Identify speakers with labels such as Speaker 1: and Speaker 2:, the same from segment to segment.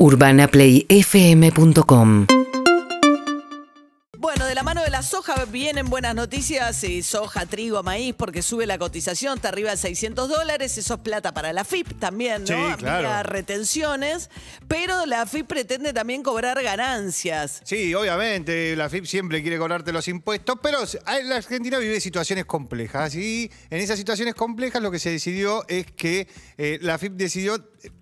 Speaker 1: UrbanaPlayFM.com.
Speaker 2: Bueno, de la mano de la soja vienen buenas noticias, soja, trigo, maíz, porque sube la cotización, está arriba de $600, eso es plata para la AFIP también, ¿no?
Speaker 3: Sí, claro.
Speaker 2: Había retenciones, pero la AFIP pretende también cobrar ganancias.
Speaker 3: Sí, obviamente, la AFIP siempre quiere cobrarte los impuestos, pero la Argentina vive situaciones complejas y en esas situaciones complejas lo que se decidió es que la AFIP decidió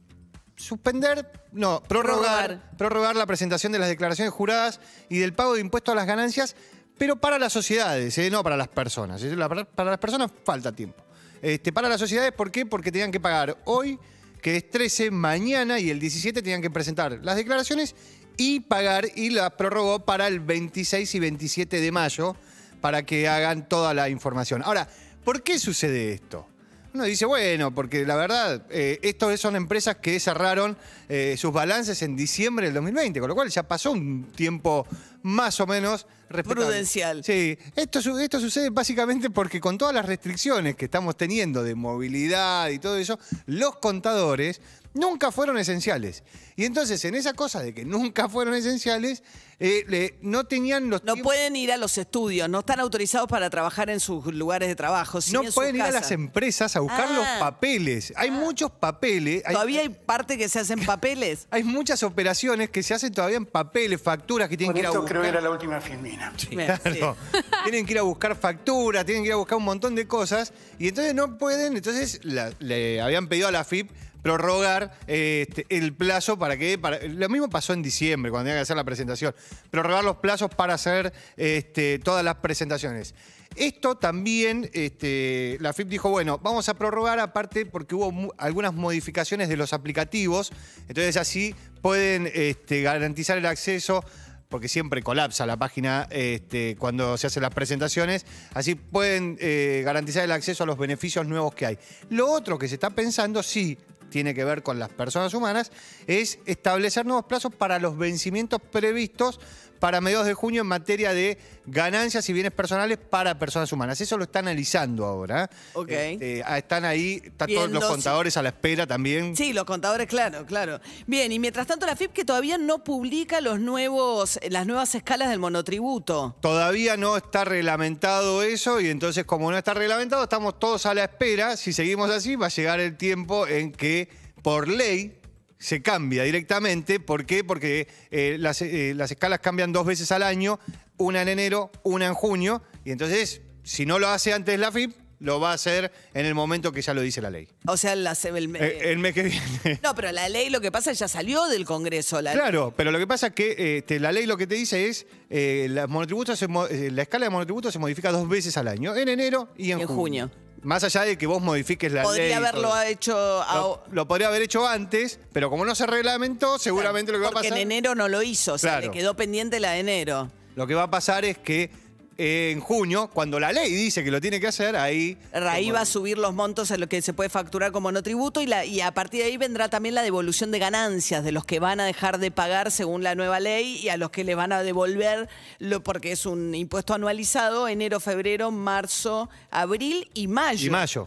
Speaker 3: prorrogar la presentación de las declaraciones juradas y del pago de impuestos a las ganancias, pero para las sociedades, no para las personas. Para las personas falta tiempo. Para las sociedades, ¿por qué? Porque tenían que pagar hoy, que es 13, mañana y el 17 tenían que presentar las declaraciones y pagar, y la prorrogó para el 26 y 27 de mayo para que hagan toda la información. Ahora, ¿por qué sucede esto? Uno dice, bueno, porque la verdad, estos son empresas que cerraron sus balances en diciembre del 2020, con lo cual ya pasó un tiempo más o menos respetable.
Speaker 2: Prudencial.
Speaker 3: Sí, esto sucede básicamente porque con todas las restricciones que estamos teniendo de movilidad y todo eso, los contadores nunca fueron esenciales. Y entonces, en esa cosa de que nunca fueron esenciales, no tenían los
Speaker 2: No pueden ir a los estudios, no están autorizados para trabajar en sus lugares de trabajo.
Speaker 3: No pueden ir a las empresas a buscar los papeles. Hay muchos papeles.
Speaker 2: ¿Todavía hay parte que se hacen papeles?
Speaker 3: Hay muchas operaciones que se hacen todavía en papeles, facturas que tienen que ir a buscar.
Speaker 4: Creo que era la última filmina.
Speaker 3: Sí, claro. Sí. Tienen que ir a buscar facturas, tienen que ir a buscar un montón de cosas. Y entonces no pueden, entonces le habían pedido a la AFIP prorrogar el plazo para que... lo mismo pasó en diciembre, cuando tenían que hacer la presentación. Prorrogar los plazos para hacer todas las presentaciones. Esto también, la AFIP dijo, bueno, vamos a prorrogar aparte porque hubo algunas modificaciones de los aplicativos. Entonces así pueden garantizar el acceso, porque siempre colapsa la página cuando se hacen las presentaciones. Así pueden garantizar el acceso a los beneficios nuevos que hay. Lo otro que se está pensando, sí, tiene que ver con las personas humanas, es establecer nuevos plazos para los vencimientos previstos para mediados de junio en materia de ganancias y bienes personales para personas humanas. Eso lo está analizando ahora.
Speaker 2: Ok.
Speaker 3: Están ahí, están todos los contadores a la espera también.
Speaker 2: Sí, los contadores, claro. Bien, y mientras tanto la AFIP que todavía no publica las nuevas escalas del monotributo.
Speaker 3: Todavía no está reglamentado eso y entonces como no está reglamentado estamos todos a la espera. Si seguimos así va a llegar el tiempo en que por ley se cambia directamente. ¿Por qué? Porque las escalas cambian 2 veces al año, una en enero, una en junio, y entonces, si no lo hace antes la AFIP, lo va a hacer en el momento que ya lo dice la ley.
Speaker 2: O sea, el
Speaker 3: mes que viene.
Speaker 2: No, pero la ley lo que pasa es que ya salió del Congreso.
Speaker 3: Claro, pero lo que pasa es que la ley lo que te dice es la escala de monotributos se modifica 2 veces al año, en enero y en junio. Más allá de que vos modifiques la ley.
Speaker 2: Podría haberlo hecho...
Speaker 3: Lo podría haber hecho antes, pero como no se reglamentó, seguramente lo que va a pasar...
Speaker 2: Porque en enero no lo hizo, o sea, le quedó pendiente la de enero.
Speaker 3: Lo que va a pasar es que en junio, cuando la ley dice que lo tiene que hacer, ahí
Speaker 2: va a subir los montos a lo que se puede facturar como monotributo y a partir de ahí vendrá también la devolución de ganancias de los que van a dejar de pagar según la nueva ley y a los que le van a devolver, porque es un impuesto anualizado, enero, febrero, marzo, abril y mayo.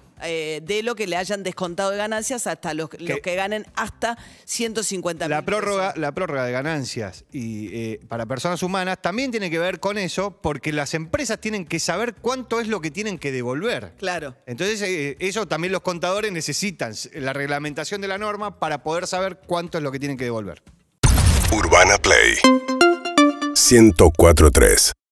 Speaker 2: De lo que le hayan descontado de ganancias hasta los que ganen hasta 150.000 pesos.
Speaker 3: La prórroga de ganancias y para personas humanas también tiene que ver con eso, porque las empresas tienen que saber cuánto es lo que tienen que devolver.
Speaker 2: Claro.
Speaker 3: Entonces, eso también los contadores necesitan, la reglamentación de la norma para poder saber cuánto es lo que tienen que devolver.
Speaker 5: Urbana Play 104.3